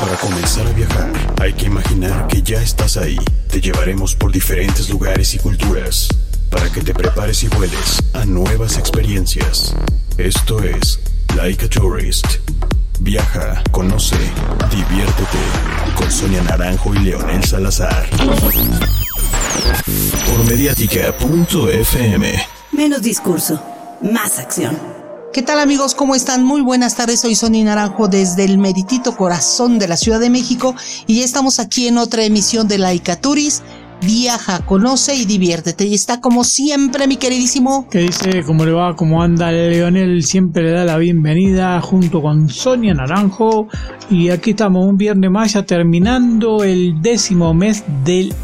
Para comenzar a viajar, hay que imaginar que ya estás ahí. Te llevaremos por diferentes lugares y culturas para que te prepares y vueles a nuevas experiencias. Esto es Like a Tourist. Viaja, conoce, diviértete con Sonia Naranjo y Leonel Salazar. Por Mediática.fm. Menos discurso, más acción. ¿Qué tal, amigos? ¿Cómo están? Muy buenas tardes, soy Sonia Naranjo desde el meritito corazón de la Ciudad de México y ya estamos aquí en otra emisión de Like a Tourist. Viaja, conoce y diviértete. Y está como siempre mi queridísimo... ¿Qué dice? ¿Cómo le va? ¿Cómo anda? Leonel siempre le da la bienvenida junto con Sonia Naranjo. Y aquí estamos un viernes más ya terminando el 10º mes del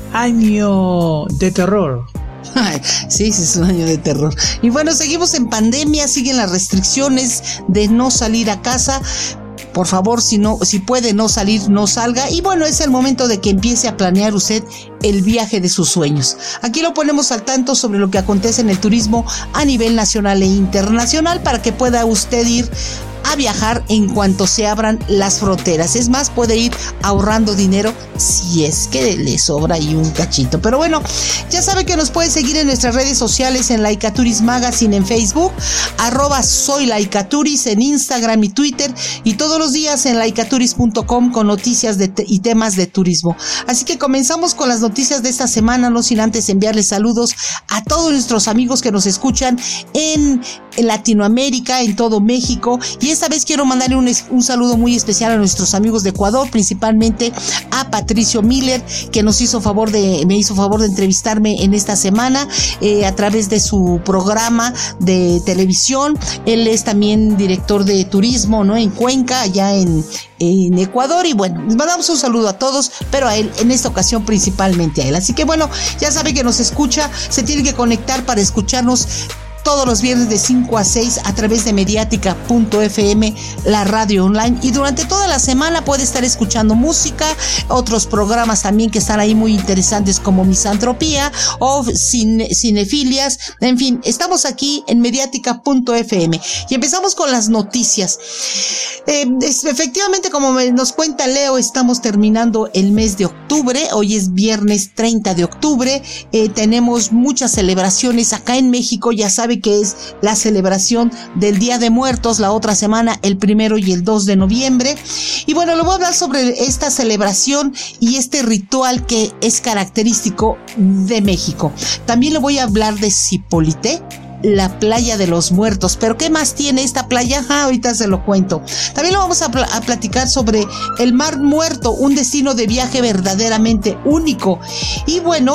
año de terror. Sí, es un año de terror. Y bueno, seguimos en pandemia, siguen las restricciones de no salir a casa. Por favor, si puede no salir, no salga. Y bueno, es el momento de que empiece a planear usted el viaje de sus sueños. Aquí lo ponemos al tanto sobre lo que acontece en el turismo a nivel nacional e internacional para que pueda usted ir a viajar en cuanto se abran las fronteras. Es más, puede ir ahorrando dinero si es que le sobra ahí un cachito. Pero bueno, ya sabe que nos puede seguir en nuestras redes sociales en Like a Tourist Magazine en Facebook, @soy Like a Tourist en Instagram y Twitter, y todos los días en likeatourist.com con noticias y temas de turismo. Así que comenzamos con las noticias de esta semana, no sin antes enviarles saludos a todos nuestros amigos que nos escuchan en Latinoamérica, en todo México. Y esta vez quiero mandarle un saludo muy especial a nuestros amigos de Ecuador, principalmente a Patricio Miller, que me hizo favor de entrevistarme en esta semana a través de su programa de televisión. Él es también director de turismo, ¿no?, en Cuenca, allá en Ecuador. Y bueno, les mandamos un saludo a todos, pero a él, en esta ocasión principalmente a él. Así que bueno, ya sabe que nos escucha, se tiene que conectar para escucharnos todos los viernes de 5 a 6 a través de Mediática.fm, la radio online, y durante toda la semana puede estar escuchando música, otros programas también que están ahí muy interesantes como Misantropía o Cinefilias. En fin, estamos aquí en Mediática.fm y empezamos con las noticias. Efectivamente, como nos cuenta Leo, estamos terminando el mes de octubre. Hoy es viernes 30 de octubre. Tenemos muchas celebraciones acá en México. Ya sabe que es la celebración del Día de Muertos la otra semana, el 1 y el 2 de noviembre. Y bueno, le voy a hablar sobre esta celebración y este ritual que es característico de México. También le voy a hablar de Zipolite, la playa de los muertos. ¿Pero qué más tiene esta playa? Ahorita se lo cuento. También lo vamos a platicar sobre el Mar Muerto, un destino de viaje verdaderamente único. Y bueno,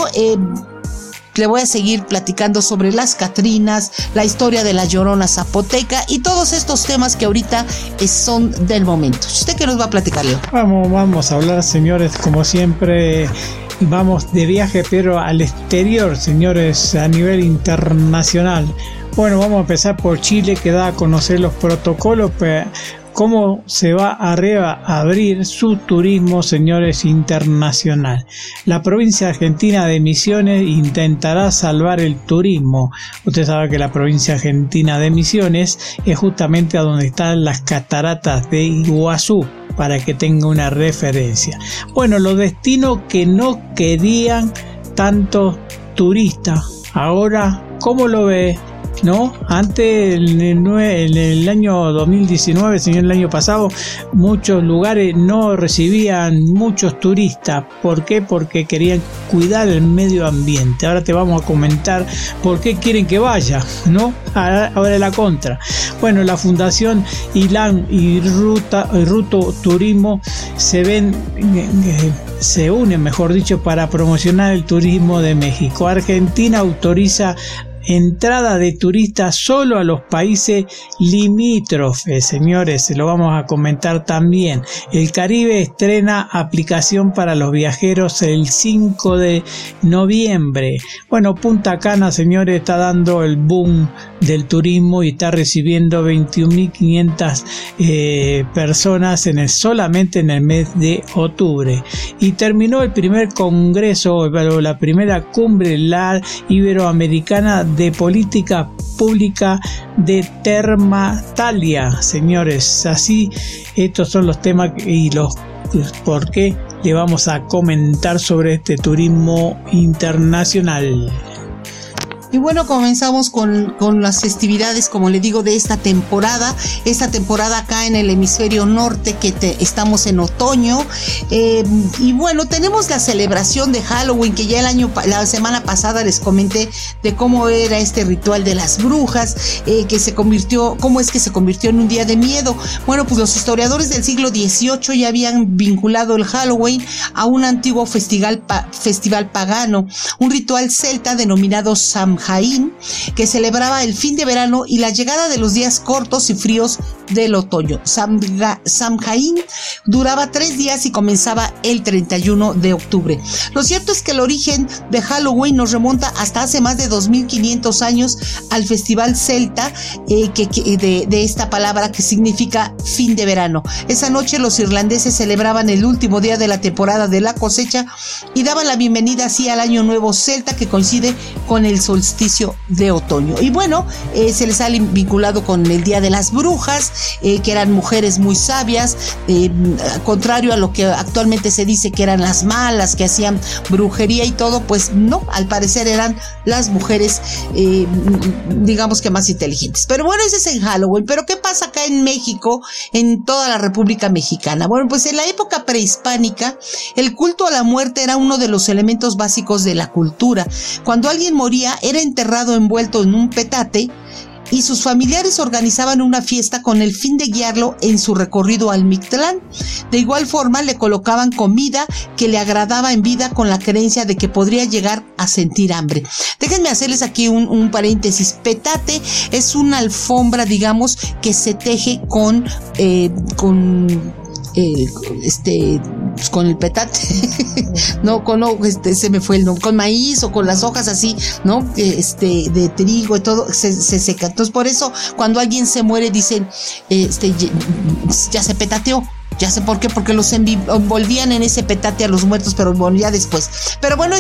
le voy a seguir platicando sobre las Catrinas, la historia de la Llorona Zapoteca y todos estos temas que ahorita son del momento. ¿Usted qué nos va a platicar, Leo? Vamos a hablar, señores, como siempre. Vamos de viaje, pero al exterior, señores, a nivel internacional. Bueno, vamos a empezar por Chile, que da a conocer los protocolos, cómo se va a abrir su turismo, señores, internacional. La provincia argentina de Misiones intentará salvar el turismo. Usted sabe que la provincia argentina de Misiones es justamente a donde están las cataratas de Iguazú, para que tenga una referencia. Bueno, los destinos que no querían tantos turistas, ahora, ¿cómo lo ve? ¿No? Antes, en el año 2019, señor, el año pasado, muchos lugares no recibían muchos turistas. ¿Por qué? Porque querían cuidar el medio ambiente. Ahora te vamos a comentar por qué quieren que vaya, ¿no? Ahora la contra. Bueno, la Fundación ILAN y Ruto Turismo se unen, mejor dicho, para promocionar el turismo de México. Argentina autoriza entrada de turistas solo a los países limítrofes, señores, se lo vamos a comentar también. El Caribe estrena aplicación para los viajeros el 5 de noviembre. Bueno, Punta Cana, señores, está dando el boom del turismo y está recibiendo 21.500 personas solamente en el mes de octubre. Y terminó el primer congreso, la primera cumbre iberoamericana de política pública de Termatalia, señores. Así, estos son los temas y los por qué le vamos a comentar sobre este turismo internacional. Y bueno, comenzamos con las festividades, como le digo, de esta temporada acá en el hemisferio norte, que estamos en otoño. Y bueno, tenemos la celebración de Halloween, que ya la semana pasada les comenté de cómo era este ritual de las brujas, cómo es que se convirtió en un día de miedo. Bueno, pues los historiadores del siglo XVIII ya habían vinculado el Halloween a un antiguo festival pagano, un ritual celta denominado Samhain, que celebraba el fin de verano y la llegada de los días cortos y fríos del otoño. Samhain duraba 3 días y comenzaba el 31 de octubre. Lo cierto es que el origen de Halloween nos remonta hasta hace más de 2500 años al festival celta, de esta palabra que significa fin de verano. Esa noche los irlandeses celebraban el último día de la temporada de la cosecha y daban la bienvenida así al año nuevo celta, que coincide con el solsticio de otoño. Y bueno, se les ha vinculado con el Día de las Brujas, que eran mujeres muy sabias, contrario a lo que actualmente se dice que eran las malas, que hacían brujería y todo. Pues no, al parecer eran las mujeres, digamos que más inteligentes. Pero bueno, ese es en Halloween. Pero ¿qué pasa acá en México, en toda la República Mexicana? Bueno, pues en la época prehispánica, el culto a la muerte era uno de los elementos básicos de la cultura. Cuando alguien moría, era enterrado envuelto en un petate, y sus familiares organizaban una fiesta con el fin de guiarlo en su recorrido al Mictlán. De igual forma, le colocaban comida que le agradaba en vida, con la creencia de que podría llegar a sentir hambre. Déjenme hacerles aquí un paréntesis. Petate es una alfombra, digamos, que se teje con el petate, se me fue el nombre, con maíz o con las hojas así, ¿no? De trigo y todo, se seca. Entonces, por eso, cuando alguien se muere, dicen, ya se petateó. Ya sé por qué, porque los envolvían en ese petate a los muertos, pero bueno, ya después. Pero bueno,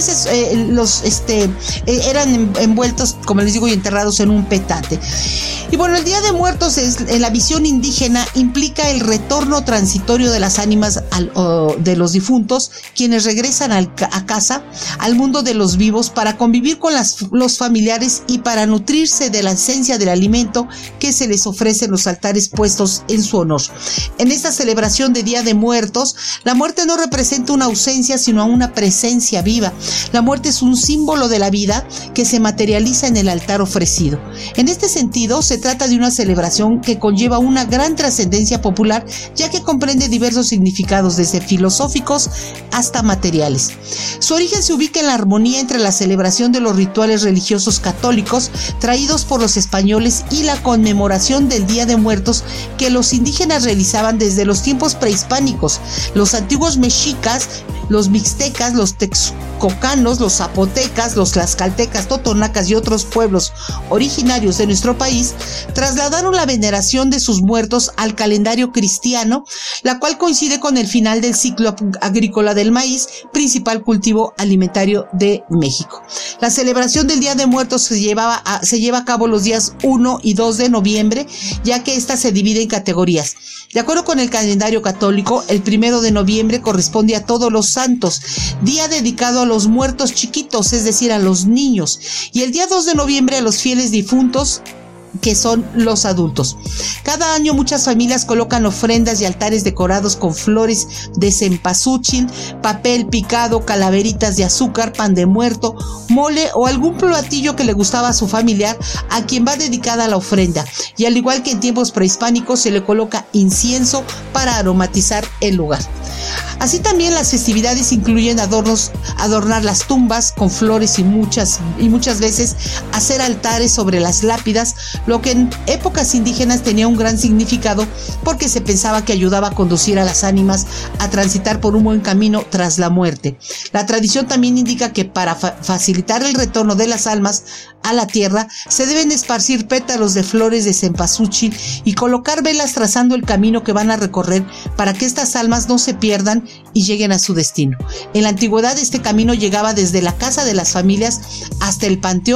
eran envueltos, como les digo, y enterrados en un petate. Y bueno, el Día de Muertos, en la visión indígena, implica el retorno transitorio de las ánimas de los difuntos, quienes regresan a casa, al mundo de los vivos, para convivir con los familiares y para nutrirse de la esencia del alimento que se les ofrece en los altares puestos en su honor. En esta celebración de Día de Muertos, la muerte no representa una ausencia, sino una presencia viva. La muerte es un símbolo de la vida que se materializa en el altar ofrecido. En este sentido, se trata de una celebración que conlleva una gran trascendencia popular, ya que comprende diversos significados, desde filosóficos hasta materiales. Su origen se ubica en la armonía entre la celebración de los rituales religiosos católicos traídos por los españoles y la conmemoración del Día de Muertos que los indígenas realizaban desde los tiempos prehispánicos. Los antiguos mexicas, los mixtecas, los texcocanos, los zapotecas, los tlaxcaltecas, totonacas y otros pueblos originarios de nuestro país trasladaron la veneración de sus muertos al calendario cristiano, la cual coincide con el final del ciclo agrícola del maíz, principal cultivo alimentario de México. La celebración del Día de Muertos se lleva a cabo los días 1 y 2 de noviembre, ya que ésta se divide en categorías. De acuerdo con el calendario católico, el 1 de noviembre corresponde a Todos los Santos, día dedicado a los muertos chiquitos, es decir, a los niños, y el día 2 de noviembre a los fieles difuntos, que son los adultos. Cada año muchas familias colocan ofrendas y altares decorados con flores de cempasúchil, papel picado, calaveritas de azúcar, pan de muerto, mole o algún platillo que le gustaba a su familiar a quien va dedicada la ofrenda. Y al igual que en tiempos prehispánicos, se le coloca incienso para aromatizar el lugar. Así también las festividades incluyen adornar las tumbas con flores y muchas veces hacer altares sobre las lápidas, lo que en épocas indígenas tenía un gran significado porque se pensaba que ayudaba a conducir a las ánimas a transitar por un buen camino tras la muerte. La tradición también indica que para facilitar el retorno de las almas a la tierra se deben esparcir pétalos de flores de cempasúchil y colocar velas trazando el camino que van a recorrer para que estas almas no se pierdan y lleguen a su destino. En la antigüedad este camino llegaba desde la casa de las familias hasta el panteón,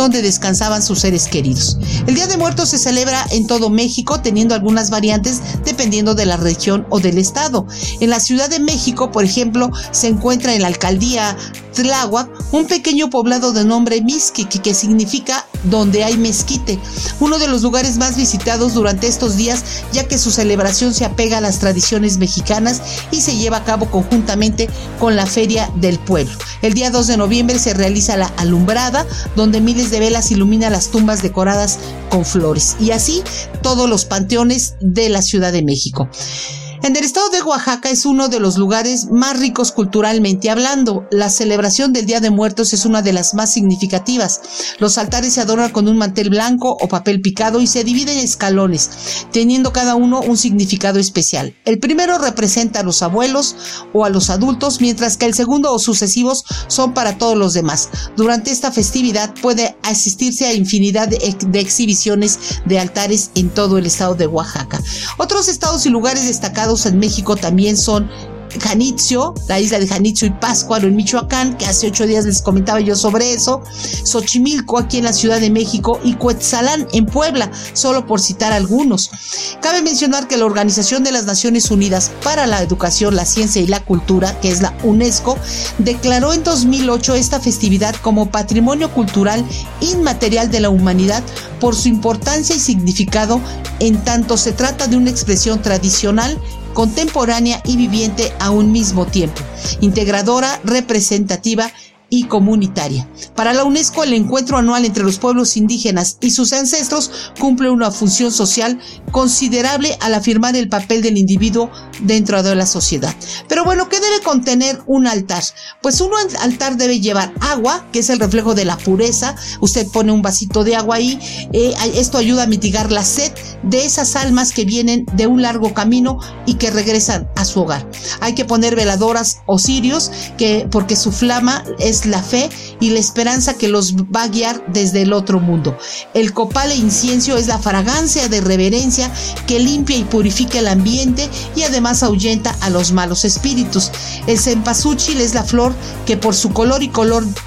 donde descansaban sus seres queridos. El Día de Muertos se celebra en todo México, teniendo algunas variantes dependiendo de la región o del estado. En la Ciudad de México, por ejemplo, se encuentra en la alcaldía Tláhuac un pequeño poblado de nombre Mixquic, que significa donde hay mezquite, uno de los lugares más visitados durante estos días, ya que su celebración se apega a las tradiciones mexicanas y se lleva a cabo conjuntamente con la Feria del Pueblo. El día 2 de noviembre se realiza la alumbrada, donde miles de velas iluminan las tumbas decoradas con flores, y así todos los panteones de la Ciudad de México. En el estado de Oaxaca es uno de los lugares más ricos culturalmente hablando. La celebración del Día de Muertos es una de las más significativas. Los altares se adornan con un mantel blanco o papel picado y se dividen en escalones, teniendo cada uno un significado especial. El primero representa a los abuelos o a los adultos, mientras que el segundo o sucesivos son para todos los demás. Durante esta festividad puede asistirse a infinidad de exhibiciones de altares en todo el estado de Oaxaca. Otros estados y lugares destacados en México también son Janitzio, la isla de Janitzio y Pátzcuaro en Michoacán, que hace 8 días les comentaba yo sobre eso, Xochimilco aquí en la Ciudad de México y Cuetzalán en Puebla, solo por citar algunos. Cabe mencionar que la Organización de las Naciones Unidas para la Educación, la Ciencia y la Cultura, que es la UNESCO, declaró en 2008 esta festividad como Patrimonio Cultural Inmaterial de la Humanidad por su importancia y significado, en tanto se trata de una expresión tradicional, contemporánea y viviente a un mismo tiempo, integradora, representativa y comunitaria. Para la UNESCO, el encuentro anual entre los pueblos indígenas y sus ancestros cumple una función social considerable al afirmar el papel del individuo dentro de la sociedad. Pero bueno, ¿qué debe contener un altar? Pues un altar debe llevar agua, que es el reflejo de la pureza. Usted pone un vasito de agua ahí, esto ayuda a mitigar la sed de esas almas que vienen de un largo camino y que regresan a su hogar. Hay que poner veladoras o cirios, porque su flama es la fe y la esperanza que los va a guiar desde el otro mundo. El copal e incienso es la fragancia de reverencia que limpia y purifica el ambiente y además ahuyenta a los malos espíritus. El cempasúchil es la flor que por su color y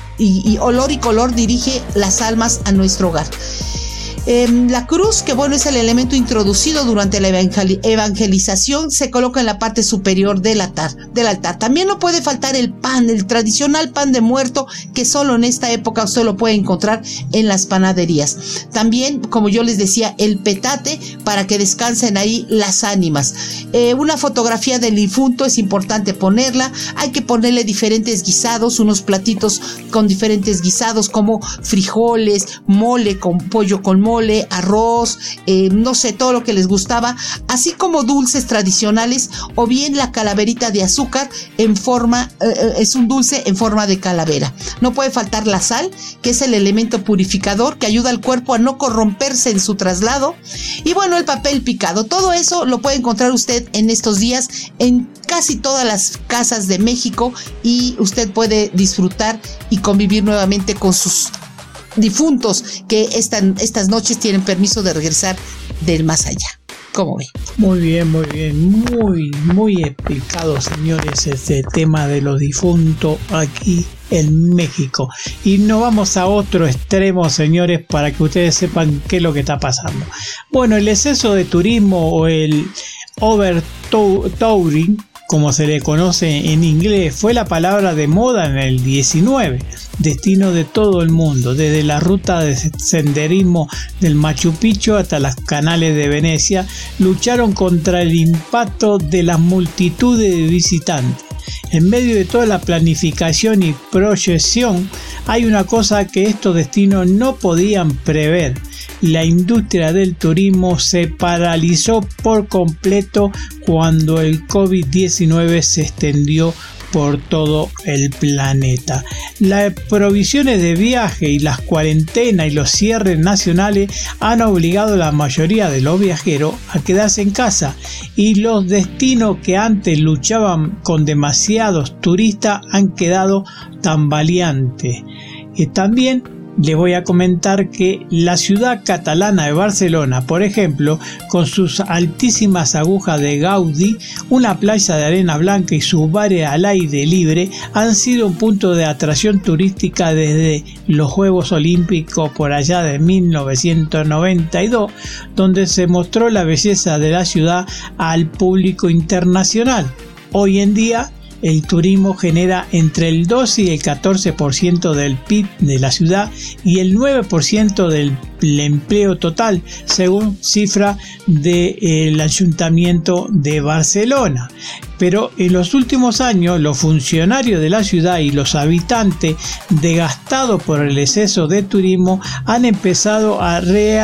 olor y color dirige las almas a nuestro hogar. La cruz, que bueno, es el elemento introducido durante la evangelización, se coloca en la parte superior del altar. También no puede faltar el pan, el tradicional pan de muerto, que solo en esta época usted lo puede encontrar en las panaderías. También, como yo les decía, el petate, para que descansen ahí las ánimas. Una fotografía del difunto es importante ponerla. Hay que ponerle diferentes guisados, unos platitos con diferentes guisados como frijoles, mole con pollo con mole, arroz, no sé, todo lo que les gustaba, así como dulces tradicionales o bien la calaverita de azúcar es un dulce en forma de calavera. No puede faltar la sal, que es el elemento purificador que ayuda al cuerpo a no corromperse en su traslado, y bueno, el papel picado. Todo eso lo puede encontrar usted en estos días en casi todas las casas de México y usted puede disfrutar y convivir nuevamente con sus difuntos que estas noches tienen permiso de regresar del más allá. ¿Cómo ve? Muy bien, muy explicado, señores, este tema de los difuntos aquí en México. Y nos vamos a otro extremo, señores, para que ustedes sepan qué es lo que está pasando. Bueno, el exceso de turismo o el overtouring, como se le conoce en inglés, fue la palabra de moda en el 19, destino de todo el mundo, desde la ruta de senderismo del Machu Picchu hasta las canales de Venecia, lucharon contra el impacto de las multitudes de visitantes. En medio de toda la planificación y proyección, hay una cosa que estos destinos no podían prever. La industria del turismo se paralizó por completo cuando el COVID-19 se extendió por todo el planeta. Las prohibiciones de viaje y las cuarentenas y los cierres nacionales han obligado a la mayoría de los viajeros a quedarse en casa, y los destinos que antes luchaban con demasiados turistas han quedado tambaleantes. Y también les voy a comentar que la ciudad catalana de Barcelona, por ejemplo, con sus altísimas agujas de Gaudí, una playa de arena blanca y sus bares al aire libre han sido un punto de atracción turística desde los Juegos Olímpicos por allá de 1992, donde se mostró la belleza de la ciudad al público internacional. Hoy en día, el turismo genera entre el 12 y el 14% del PIB de la ciudad y el 9% del empleo total, según cifra del Ayuntamiento de Barcelona. Pero en los últimos años, los funcionarios de la ciudad y los habitantes, desgastados por el exceso de turismo, han empezado a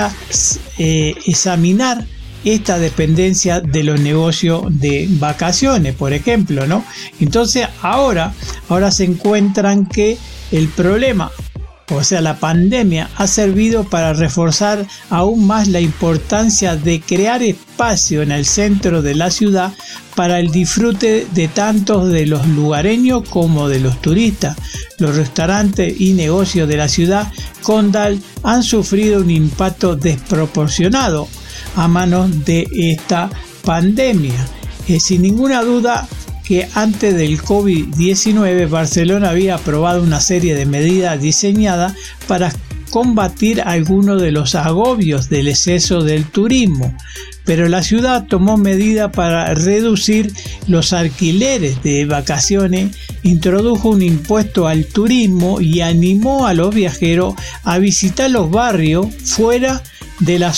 examinar esta dependencia de los negocios de vacaciones, por ejemplo, ¿no? Entonces ahora se encuentran que el problema, o sea, la pandemia, ha servido para reforzar aún más la importancia de crear espacio en el centro de la ciudad para el disfrute de tantos de los lugareños como de los turistas. Los restaurantes y negocios de la ciudad condal han sufrido un impacto desproporcionado a manos de esta pandemia. Sin ninguna duda que antes del COVID-19 Barcelona había aprobado una serie de medidas diseñadas para combatir algunos de los agobios del exceso del turismo, pero la ciudad tomó medidas para reducir los alquileres de vacaciones, introdujo un impuesto al turismo y animó a los viajeros a visitar los barrios fuera de la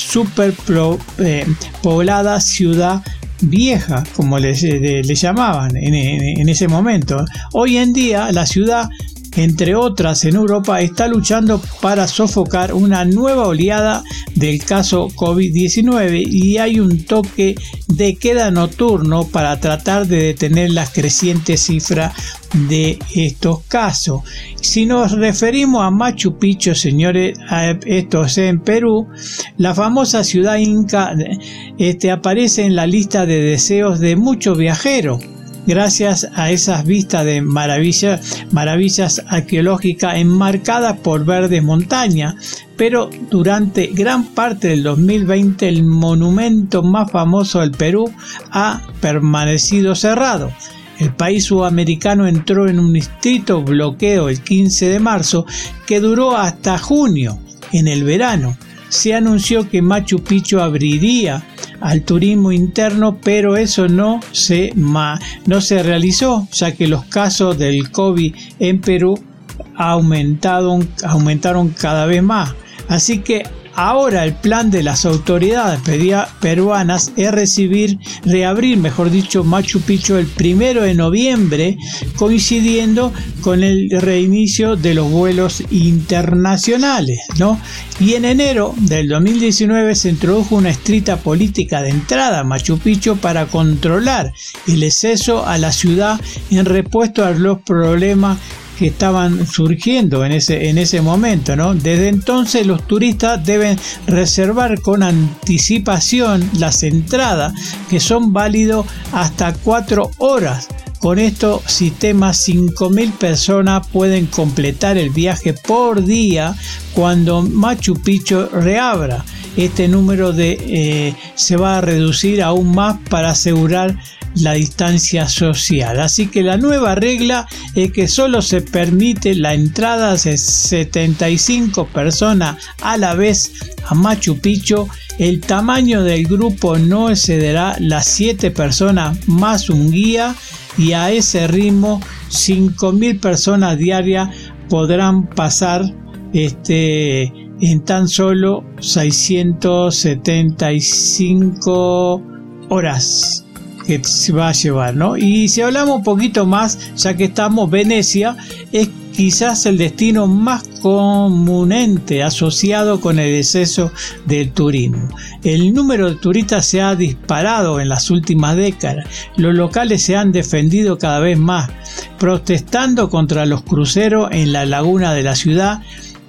superpoblada ciudad vieja, como le llamaban en ese momento. Hoy en día la ciudad, entre otras en Europa, está luchando para sofocar una nueva oleada del caso COVID-19 y hay un toque de queda nocturno para tratar de detener las crecientes cifras de estos casos. Si nos referimos a Machu Picchu, señores, esto es en Perú, la famosa ciudad inca aparece en la lista de deseos de muchos viajeros, gracias a esas vistas de maravillas arqueológicas enmarcadas por verdes montañas. Pero durante gran parte del 2020 el monumento más famoso del Perú ha permanecido cerrado. El país sudamericano entró en un estricto bloqueo el 15 de marzo que duró hasta junio. En el verano se anunció que Machu Picchu abriría al turismo interno, pero eso no se realizó, ya que los casos del COVID en Perú aumentaron cada vez más. Así que ahora el plan de las autoridades peruanas es reabrir Machu Picchu el 1 de noviembre, coincidiendo con el reinicio de los vuelos internacionales, ¿no? Y en enero del 2019 se introdujo una estricta política de entrada a Machu Picchu para controlar el acceso a la ciudad en respuesta a los problemas que estaban surgiendo en ese momento, ¿no? Desde entonces los turistas deben reservar con anticipación las entradas, que son válidos hasta 4 horas. Con estos sistemas 5.000 personas pueden completar el viaje por día cuando Machu Picchu reabra. Este número se va a reducir aún más para asegurar la distancia social. Así que la nueva regla es que solo se permite la entrada de 75 personas a la vez a Machu Picchu. El tamaño del grupo no excederá las 7 personas más un guía, y a ese ritmo 5.000 personas diarias podrán pasar en tan solo 675 horas que se va a llevar, ¿no? Y si hablamos un poquito más, ya que estamos, Venecia es quizás el destino más comúnmente asociado con el exceso del turismo. El número de turistas se ha disparado en las últimas décadas. Los locales se han defendido cada vez más, protestando contra los cruceros en la laguna de la ciudad,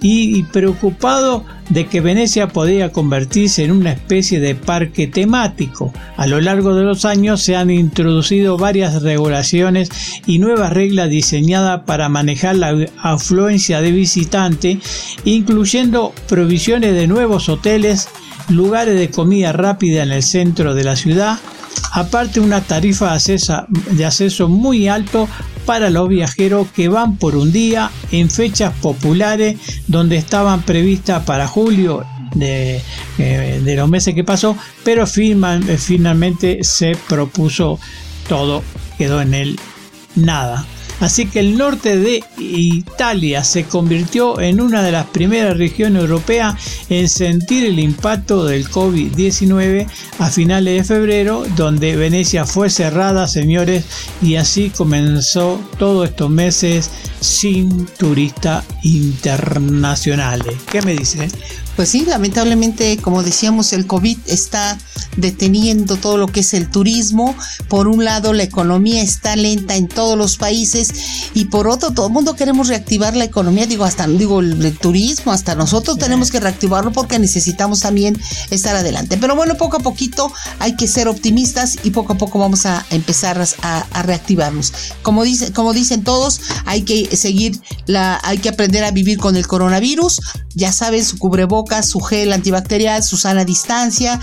y preocupado de que Venecia podía convertirse en una especie de parque temático. A lo largo de los años se han introducido varias regulaciones y nuevas reglas diseñadas para manejar la afluencia de visitantes, incluyendo provisiones de nuevos hoteles, lugares de comida rápida en el centro de la ciudad, aparte una tarifa de acceso muy alto para los viajeros que van por un día en fechas populares donde estaban previstas para julio de los meses que pasó, pero finalmente se propuso todo, quedó en el nada. Así que el norte de Italia se convirtió en una de las primeras regiones europeas en sentir el impacto del COVID-19 a finales de febrero, donde Venecia fue cerrada, señores, y así comenzó todos estos meses sin turistas internacionales. ¿Qué me dice? Pues sí, lamentablemente, como decíamos, el COVID está deteniendo todo lo que es el turismo. Por un lado, la economía está lenta en todos los países y por otro, todo el mundo queremos reactivar la economía. El turismo, hasta nosotros tenemos que reactivarlo porque necesitamos también estar adelante. Pero bueno, poco a poquito hay que ser optimistas y poco a poco vamos a empezar a reactivarnos. Como dicen todos, hay que aprender a vivir con el coronavirus. Ya saben, su cubrebocas, su gel antibacterial, su sana distancia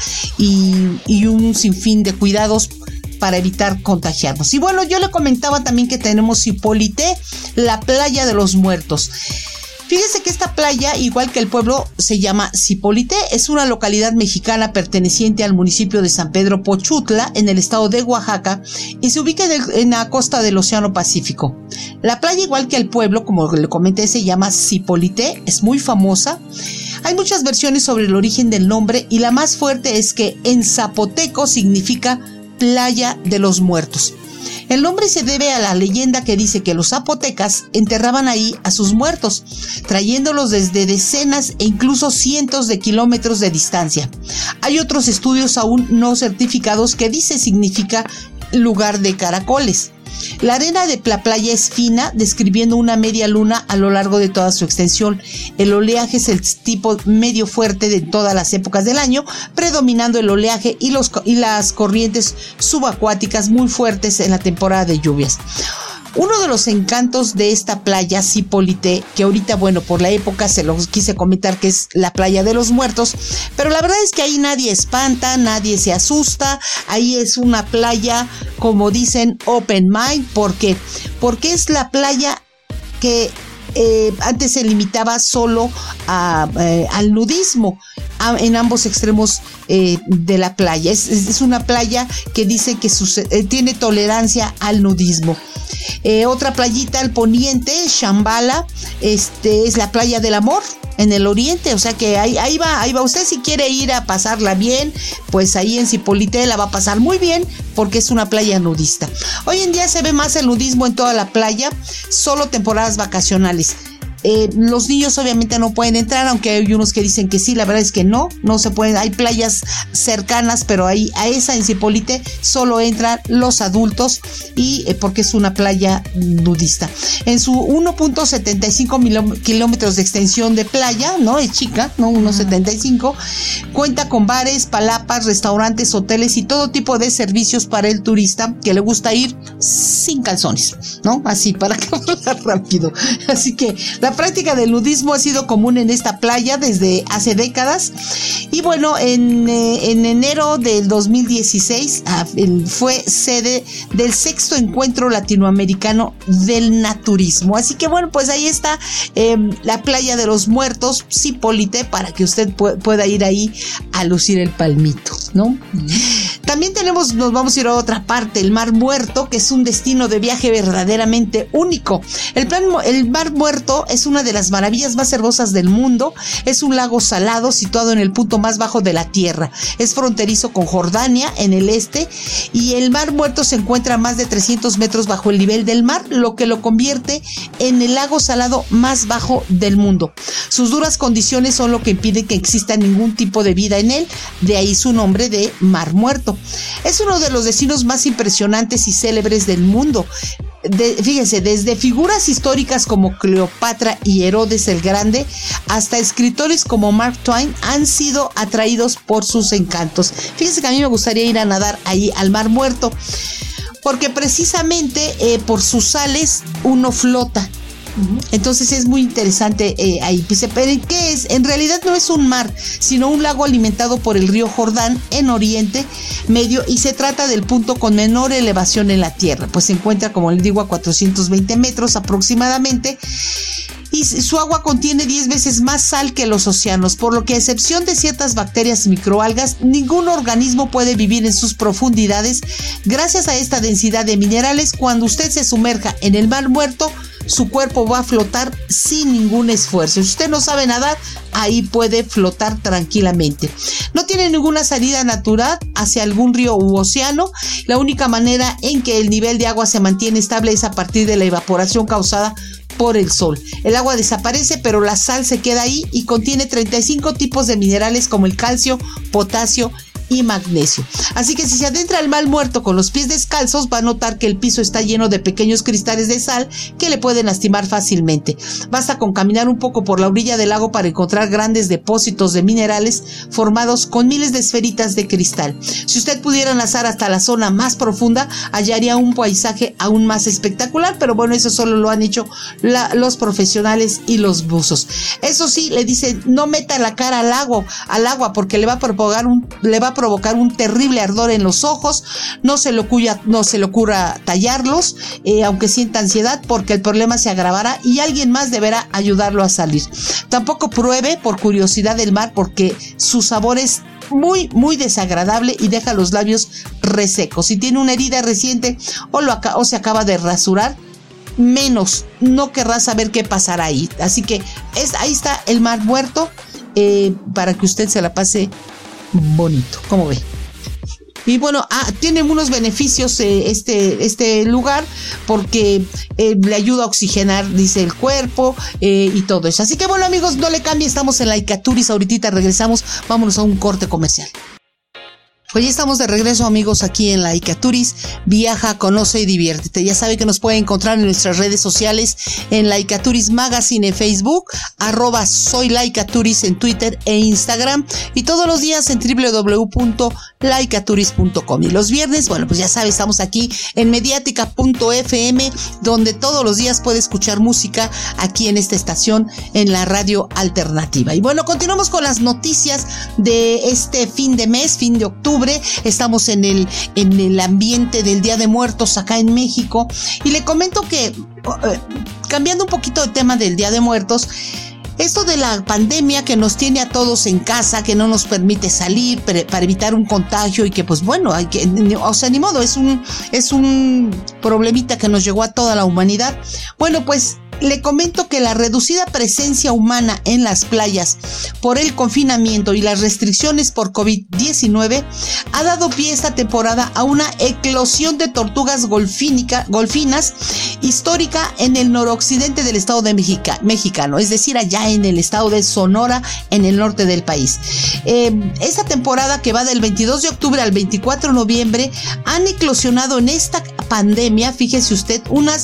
y un sinfín de cuidados para evitar contagiarnos. Y bueno, yo le comentaba también que tenemos Zipolite, la playa de los muertos. Fíjese que esta playa, igual que el pueblo, se llama Zipolite. Es una localidad mexicana perteneciente al municipio de San Pedro Pochutla, en el estado de Oaxaca, y se ubica en la costa del Océano Pacífico. La playa, igual que el pueblo, como le comenté, se llama Zipolite, es muy famosa. Hay muchas versiones sobre el origen del nombre y la más fuerte es que en zapoteco significa playa de los muertos. El nombre se debe a la leyenda que dice que los zapotecas enterraban ahí a sus muertos, trayéndolos desde decenas e incluso cientos de kilómetros de distancia. Hay otros estudios aún no certificados que significa lugar de caracoles. La arena de la playa es fina, describiendo una media luna a lo largo de toda su extensión. El oleaje es el tipo medio fuerte de todas las épocas del año, predominando el oleaje y las corrientes subacuáticas muy fuertes en la temporada de lluvias. Uno de los encantos de esta playa Zipolite, que ahorita, bueno, por la época se los quise comentar que es la playa de los muertos, pero la verdad es que ahí nadie espanta, nadie se asusta. Ahí es una playa, como dicen, open mind. ¿Por qué? Porque es la playa que antes se limitaba solo al nudismo en ambos extremos de la playa. Es una playa que dice que tiene tolerancia al nudismo. Otra playita al poniente, Shambhala, es la playa del amor en el oriente, o sea que ahí va. Usted si quiere ir a pasarla bien, pues ahí en Zipolite la va a pasar muy bien porque es una playa nudista. Hoy en día se ve más el nudismo en toda la playa, solo temporadas vacacionales. Los niños obviamente no pueden entrar, aunque hay unos que dicen que sí. La verdad es que no se pueden. Hay playas cercanas, pero ahí a esa en Zipolite solo entran los adultos y porque es una playa nudista. En su 1.75 kilómetros de extensión de playa, no es chica, no 1.75, cuenta con bares, palapas, restaurantes, hoteles y todo tipo de servicios para el turista que le gusta ir sin calzones, ¿no? Así para acabar rápido. Así que la práctica del nudismo ha sido común en esta playa desde hace décadas. Y bueno, en enero del 2016 fue sede del 6º encuentro latinoamericano del naturismo. Así que bueno, pues ahí está la playa de los muertos, Zipolite, para que usted pueda ir ahí a lucir el palmito, ¿no? También nos vamos a ir a otra parte, el Mar Muerto, que es un destino de viaje verdaderamente único. El Mar Muerto es una de las maravillas más hermosas del mundo. Es un lago salado situado en el punto más bajo de la tierra. Es fronterizo con Jordania en el este y el Mar Muerto se encuentra a más de 300 metros bajo el nivel del mar, lo que lo convierte en el lago salado más bajo del mundo. Sus duras condiciones son lo que impide que exista ningún tipo de vida en él, de ahí su nombre de Mar Muerto. Es uno de los destinos más impresionantes y célebres del mundo. fíjense, desde figuras históricas como Cleopatra y Herodes el Grande, hasta escritores como Mark Twain han sido atraídos por sus encantos. Fíjense que a mí me gustaría ir a nadar ahí al Mar Muerto, porque precisamente por sus sales uno flota. Entonces es muy interesante ahí. Pero ¿qué es? En realidad no es un mar, sino un lago alimentado por el río Jordán en Oriente Medio, y se trata del punto con menor elevación en la Tierra. Pues se encuentra, como les digo, a 420 metros aproximadamente, y su agua contiene 10 veces más sal que los océanos, por lo que a excepción de ciertas bacterias y microalgas, ningún organismo puede vivir en sus profundidades. Gracias a esta densidad de minerales, cuando usted se sumerja en el Mar Muerto, su cuerpo va a flotar sin ningún esfuerzo. Si usted no sabe nadar, ahí puede flotar tranquilamente. No tiene ninguna salida natural hacia algún río u océano. La única manera en que el nivel de agua se mantiene estable es a partir de la evaporación causada por el sol. El agua desaparece, pero la sal se queda ahí y contiene 35 tipos de minerales como el calcio, potasio y magnesio. Así que si se adentra al Mar Muerto con los pies descalzos, va a notar que el piso está lleno de pequeños cristales de sal que le pueden lastimar fácilmente. Basta con caminar un poco por la orilla del lago para encontrar grandes depósitos de minerales formados con miles de esferitas de cristal. Si usted pudiera lanzar hasta la zona más profunda, hallaría un paisaje aún más espectacular, pero bueno, eso solo lo han hecho los profesionales y los buzos. Eso sí, le dicen, no meta la cara al agua, porque le va a provocar un terrible ardor en los ojos. No se le ocurra tallarlos, aunque sienta ansiedad, porque el problema se agravará y alguien más deberá ayudarlo a salir. Tampoco pruebe por curiosidad el mar, porque su sabor es muy, muy desagradable y deja los labios resecos. Si tiene una herida reciente o se acaba de rasurar, menos no querrá saber qué pasará ahí. Así que ahí está el Mar Muerto, para que usted se la pase bonito, ¿cómo ve? Y bueno, tiene unos beneficios este lugar, porque le ayuda a oxigenar, dice, el cuerpo, y todo eso. Así que bueno, amigos, no le cambie, estamos en la Icaturis, ahorita regresamos, vámonos a un corte comercial. Pues ya estamos de regreso, amigos, aquí en la Icaturis. Viaja, conoce y diviértete. Ya sabe que nos puede encontrar en nuestras redes sociales, en la Icaturis Magazine en Facebook, @soylaicaturis en Twitter e Instagram, y todos los días en www.laicaturis.com. Y los viernes, bueno, pues ya sabe, estamos aquí en mediática.fm, donde todos los días puede escuchar música aquí en esta estación, en la radio alternativa. Y bueno, continuamos con las noticias de este fin de octubre. Estamos en el ambiente del Día de Muertos acá en México, y le comento que, cambiando un poquito de tema del Día de Muertos, esto de la pandemia que nos tiene a todos en casa, que no nos permite salir para evitar un contagio, y que pues bueno, ni modo, es un problemita que nos llegó a toda la humanidad. Bueno, pues le comento que la reducida presencia humana en las playas por el confinamiento y las restricciones por COVID-19 ha dado pie esta temporada a una eclosión de tortugas golfinas histórica en el noroccidente del estado de mexicano, es decir, allá en el estado de Sonora, en el norte del país. Esta temporada, que va del 22 de octubre al 24 de noviembre, han eclosionado en esta pandemia, fíjese usted, unas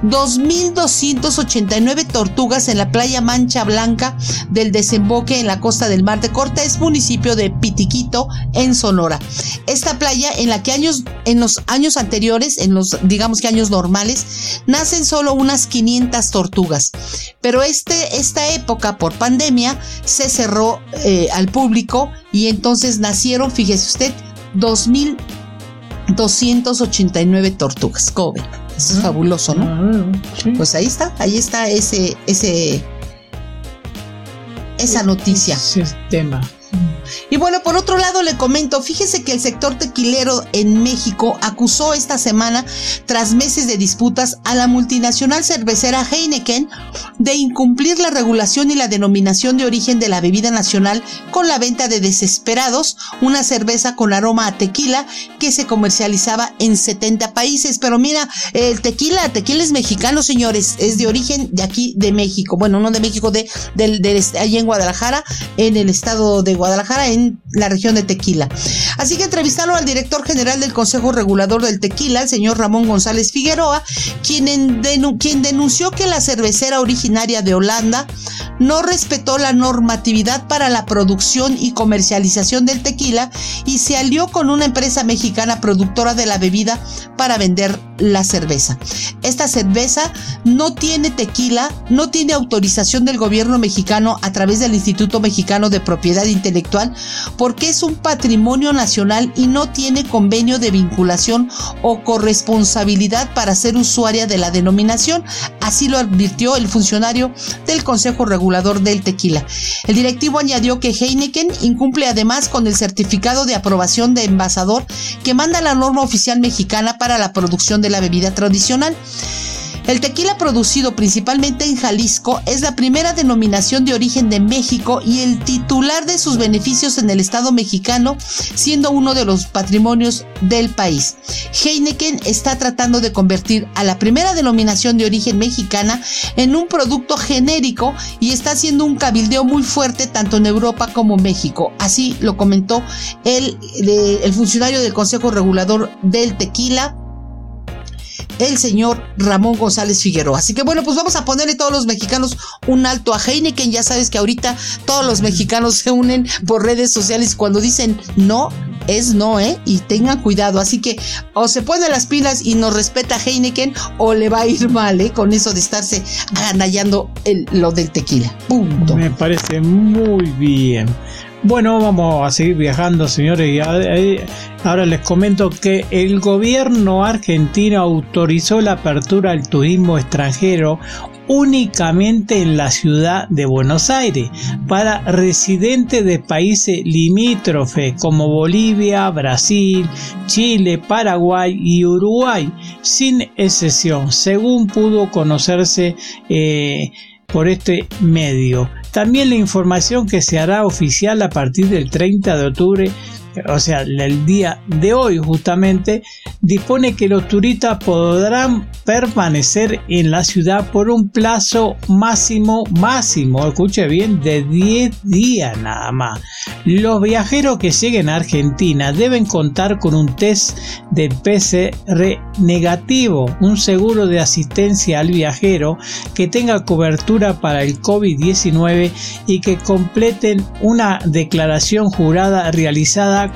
2,289 tortugas en la playa Mancha Blanca del desemboque en la costa del Mar de Cortés, municipio de Pitiquito, en Sonora. Esta playa, en la que en los años anteriores, en los, digamos que años normales, nacen solo unas 500 tortugas, pero esta época, por pandemia, se cerró al público, y entonces nacieron, fíjese usted, 2,289 tortugas. ¿Cómo ven? Eso es fabuloso, ¿no? Sí. Pues ahí está esa noticia. Ese tema. Y bueno, por otro lado le comento, fíjese que el sector tequilero en México acusó esta semana, tras meses de disputas, a la multinacional cervecera Heineken de incumplir la regulación y la denominación de origen de la bebida nacional con la venta de Desesperados, una cerveza con aroma a tequila que se comercializaba en 70 países. Pero mira, el tequila es mexicano, señores, es de origen de aquí de México. Bueno, no de México, allí en Guadalajara, en el estado de Guadalajara, Guadalajara, en la región de Tequila. Así que entrevistaron al director general del Consejo Regulador del Tequila, el señor Ramón González Figueroa, quien denunció que la cervecera originaria de Holanda no respetó la normatividad para la producción y comercialización del tequila y se alió con una empresa mexicana productora de la bebida para vender la cerveza. Esta cerveza no tiene tequila, no tiene autorización del gobierno mexicano a través del Instituto Mexicano de Propiedad Intelectual porque es un patrimonio nacional y no tiene convenio de vinculación o corresponsabilidad para ser usuaria de la denominación. Así lo advirtió el funcionario del Consejo Regulador del Tequila. El directivo añadió que Heineken incumple además con el certificado de aprobación de envasador que manda la norma oficial mexicana para la producción de la bebida tradicional. El tequila producido principalmente en Jalisco es la primera denominación de origen de México y el titular de sus beneficios en el Estado mexicano, siendo uno de los patrimonios del país. Heineken está tratando de convertir a la primera denominación de origen mexicana en un producto genérico y está haciendo un cabildeo muy fuerte tanto en Europa como México. Así lo comentó el funcionario del Consejo Regulador del Tequila, el señor Ramón González Figueroa. Así que bueno, pues vamos a ponerle todos los mexicanos un alto a Heineken. Ya sabes que ahorita todos los mexicanos se unen por redes sociales cuando dicen no, es no, y tengan cuidado. Así que o se pone las pilas y nos respeta Heineken o le va a ir mal, con eso de estarse agandallando lo del tequila. Punto. Me parece muy bien. Bueno, vamos a seguir viajando, señores, y ahora les comento que el gobierno argentino autorizó la apertura del turismo extranjero únicamente en la ciudad de Buenos Aires para residentes de países limítrofes como Bolivia, Brasil, Chile, Paraguay y Uruguay, sin excepción, según pudo conocerse por este medio. También la información que se hará oficial a partir del 30 de octubre, o sea, el día de hoy justamente, dispone que los turistas podrán permanecer en la ciudad por un plazo máximo, escuche bien, de 10 días nada más. Los viajeros que lleguen a Argentina deben contar con un test de PCR negativo, un seguro de asistencia al viajero que tenga cobertura para el COVID-19 y que completen una declaración jurada realizada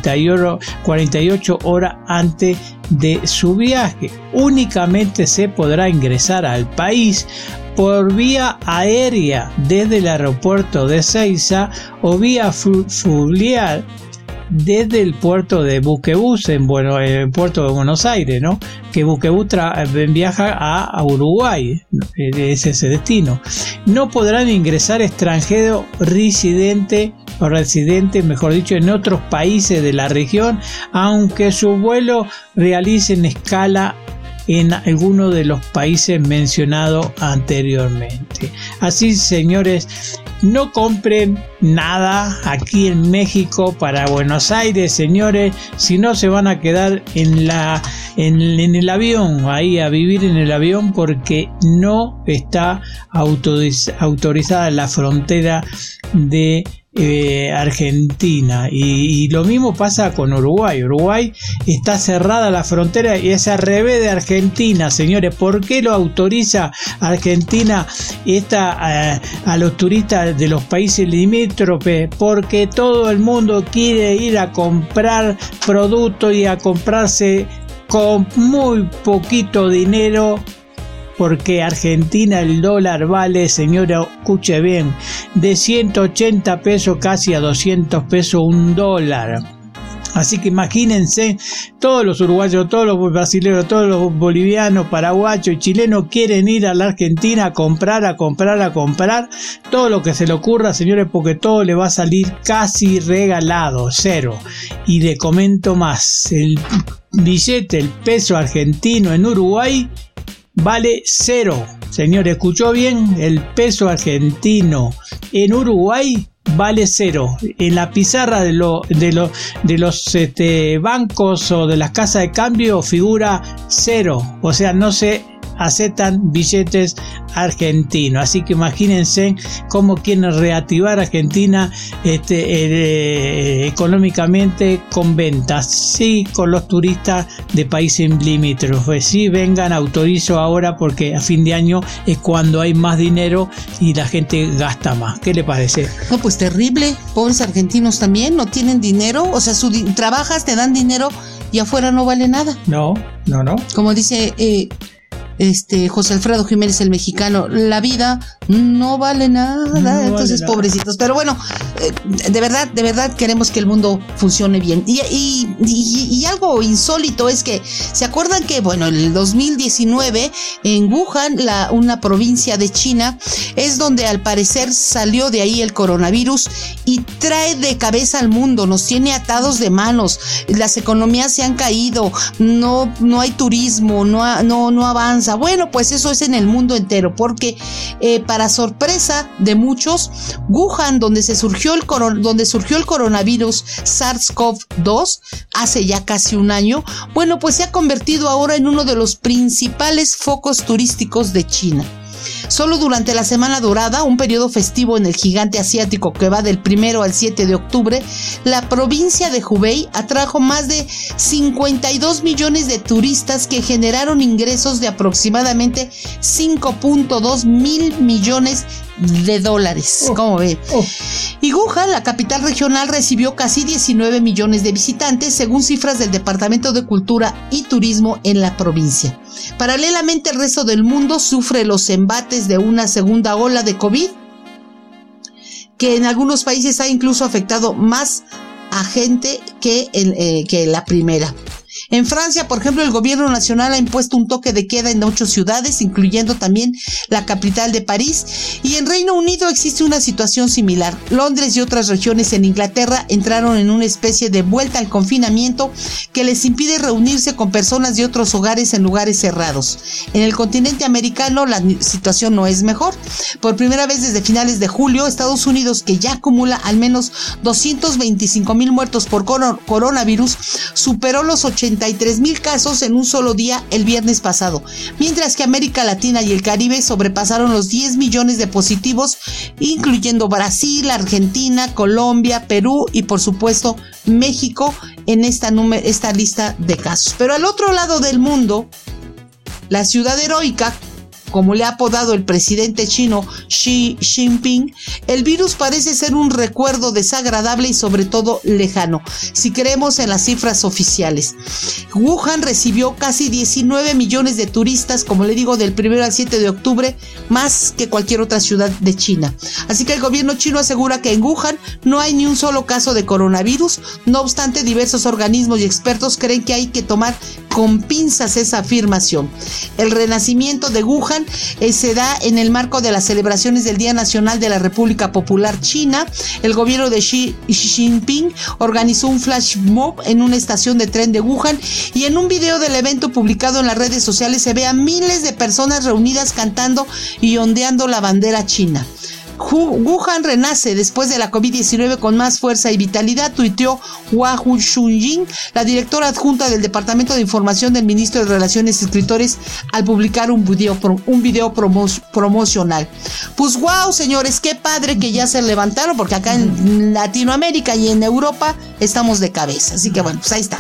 48 horas antes de su viaje. Únicamente se podrá ingresar al país por vía aérea desde el aeropuerto de Ezeiza o vía fluvial desde el puerto de Buquebus el puerto de Buenos Aires, ¿no? Que Buquebus viaja a Uruguay, es ese destino. No podrán ingresar extranjeros residentes, mejor dicho, en otros países de la región, aunque su vuelo realicen escala en alguno de los países mencionados anteriormente. Así, señores, no compren nada aquí en México para Buenos Aires, señores, si no se van a quedar en el avión, ahí a vivir en el avión, porque no está autorizada la frontera de Argentina, y lo mismo pasa con Uruguay. Uruguay está cerrada la frontera y es al revés de Argentina, señores. ¿Por qué lo autoriza Argentina a los turistas de los países limítrofes? Porque todo el mundo quiere ir a comprar productos y a comprarse con muy poquito dinero, porque Argentina el dólar vale, señora, escuche bien, de 180 pesos casi a 200 pesos un dólar. Así que imagínense, todos los uruguayos, todos los brasileños, todos los bolivianos, paraguayos y chilenos quieren ir a la Argentina a comprar todo lo que se le ocurra, señores, porque todo le va a salir casi regalado, cero. Y le comento más, el billete, el peso argentino en Uruguay vale cero. Señor, ¿escuchó bien? El peso argentino en Uruguay vale cero. En la pizarra de los bancos o de las casas de cambio figura cero. O sea, no se aceptan billetes argentinos. Así que imagínense cómo quieren reactivar Argentina económicamente con ventas, sí, con los turistas de países limítrofes. Sí, vengan, autorizo ahora porque a fin de año es cuando hay más dinero y la gente gasta más. ¿Qué le parece? No, pues terrible. Pobres argentinos también, no tienen dinero. O sea, trabajas, te dan dinero y afuera no vale nada. No. Como dice José Alfredo Jiménez, el mexicano, la vida no vale nada. Entonces, vale, pobrecitos. Pero bueno, de verdad queremos que el mundo funcione bien. Y algo insólito es que, ¿se acuerdan que, bueno, en el 2019 en Wuhan, una provincia de China, es donde al parecer salió de ahí el coronavirus y trae de cabeza al mundo, nos tiene atados de manos, las economías se han caído, no hay turismo, no avanza. Bueno, pues eso es en el mundo entero, porque para sorpresa de muchos, Wuhan, donde surgió el coronavirus SARS-CoV-2 hace ya casi un año, bueno, pues se ha convertido ahora en uno de los principales focos turísticos de China. Solo durante la Semana Dorada, un periodo festivo en el gigante asiático que va del 1 al 7 de octubre, la provincia de Hubei atrajo más de 52 millones de turistas que generaron ingresos de aproximadamente 5.2 mil millones de dólares. ¿Cómo ve? Y Wuhan, la capital regional, recibió casi 19 millones de visitantes, según cifras del Departamento de Cultura y Turismo en la provincia. Paralelamente, el resto del mundo sufre los embates de una segunda ola de COVID, que en algunos países ha incluso afectado más a gente que la primera. En Francia, por ejemplo, el gobierno nacional ha impuesto un toque de queda en 8 ciudades, incluyendo también la capital de París, y en Reino Unido existe una situación similar. Londres y otras regiones en Inglaterra entraron en una especie de vuelta al confinamiento que les impide reunirse con personas de otros hogares en lugares cerrados. En el continente americano la situación no es mejor. Por primera vez desde finales de julio, Estados Unidos, que ya acumula al menos 225,000 muertos por coronavirus, superó los 83,000 casos en un solo día el viernes pasado, mientras que América Latina y el Caribe sobrepasaron los 10 millones de positivos, incluyendo Brasil, Argentina, Colombia, Perú y por supuesto México en esta lista de casos. Pero al otro lado del mundo, la ciudad heroica, como le ha apodado el presidente chino Xi Jinping, el virus parece ser un recuerdo desagradable y sobre todo lejano, si creemos en las cifras oficiales. Wuhan recibió casi 19 millones de turistas, como le digo, del 1 al 7 de octubre, más que cualquier otra ciudad de China. Así que el gobierno chino asegura que en Wuhan no hay ni un solo caso de coronavirus. No obstante, diversos organismos y expertos creen que hay que tomar con pinzas esa afirmación. El renacimiento de Wuhan se da en el marco de las celebraciones del Día Nacional de la República Popular China. El gobierno de Xi Jinping organizó un flash mob en una estación de tren de Wuhan, y en un video del evento publicado en las redes sociales se ve a miles de personas reunidas cantando y ondeando la bandera china. Wuhan renace después de la COVID-19 con más fuerza y vitalidad, tuiteó Hua Chunying, la directora adjunta del Departamento de Información del Ministro de Relaciones Exteriores, al publicar un video promocional. Pues wow, señores, qué padre que ya se levantaron, porque acá en Latinoamérica y en Europa estamos de cabeza. Así que bueno, pues ahí está.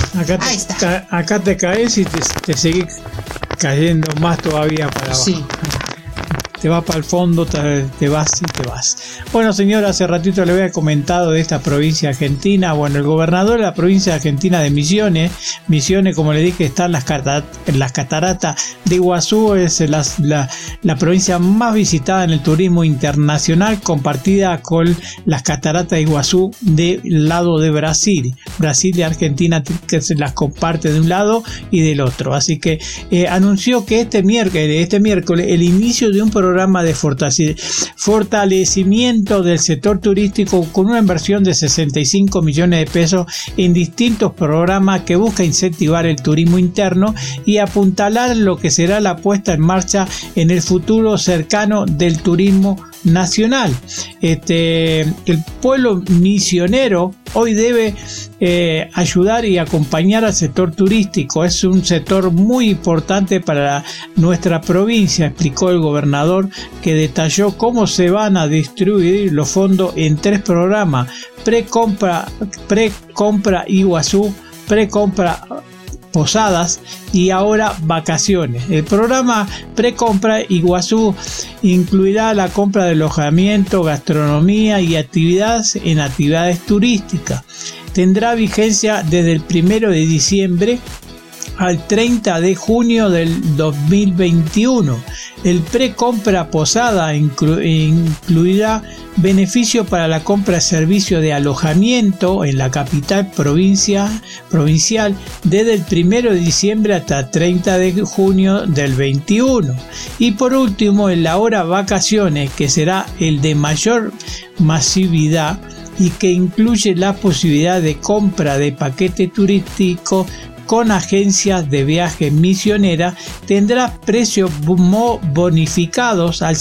Acá te caes y te sigue cayendo más todavía para abajo. Sí. Te vas para el fondo, te vas y te vas. Bueno, señora, hace ratito le había comentado de esta provincia argentina. Bueno, el gobernador de la provincia argentina de Misiones, como le dije, está en las cataratas de Iguazú. Es la provincia más visitada en el turismo internacional, compartida con las cataratas de Iguazú del lado de Brasil. Brasil y Argentina, que se las comparte de un lado y del otro. Así que anunció que este miércoles el inicio de un programa de fortalecimiento del sector turístico con una inversión de 65 millones de pesos en distintos programas que busca incentivar el turismo interno y apuntalar lo que será la puesta en marcha en el futuro cercano del turismo nacional. El pueblo misionero hoy debe ayudar y acompañar al sector turístico. Es un sector muy importante para nuestra provincia, explicó el gobernador, que detalló cómo se van a distribuir los fondos en 3 programas: Precompra Iguazú, Precompra Posadas y ahora Vacaciones. El programa Precompra Iguazú incluirá la compra de alojamiento, gastronomía y actividades turísticas. Tendrá vigencia desde el 1 de diciembre al 30 de junio del 2021. El Precompra Posada incluirá beneficios para la compra de servicios de alojamiento en la capital provincial desde el 1 de diciembre hasta el 30 de junio del 21. Y por último, el Ahora Vacaciones, que será el de mayor masividad y que incluye la posibilidad de compra de paquete turístico con agencias de viaje misioneras, tendrá precios bonificados al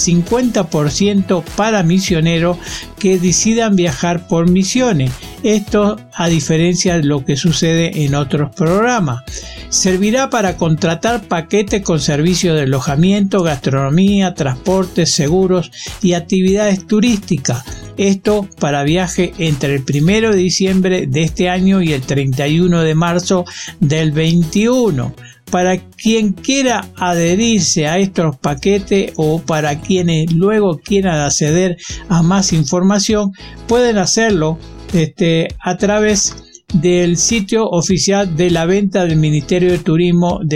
50% para misioneros que decidan viajar por misiones. Esto a diferencia de lo que sucede en otros programas. Servirá para contratar paquetes con servicios de alojamiento, gastronomía, transportes, seguros y actividades turísticas. Esto para viaje entre el 1 de diciembre de este año y el 31 de marzo del 21. Para quien quiera adherirse a estos paquetes o para quienes luego quieran acceder a más información, pueden hacerlo a través del sitio oficial de la venta del Ministerio de Turismo de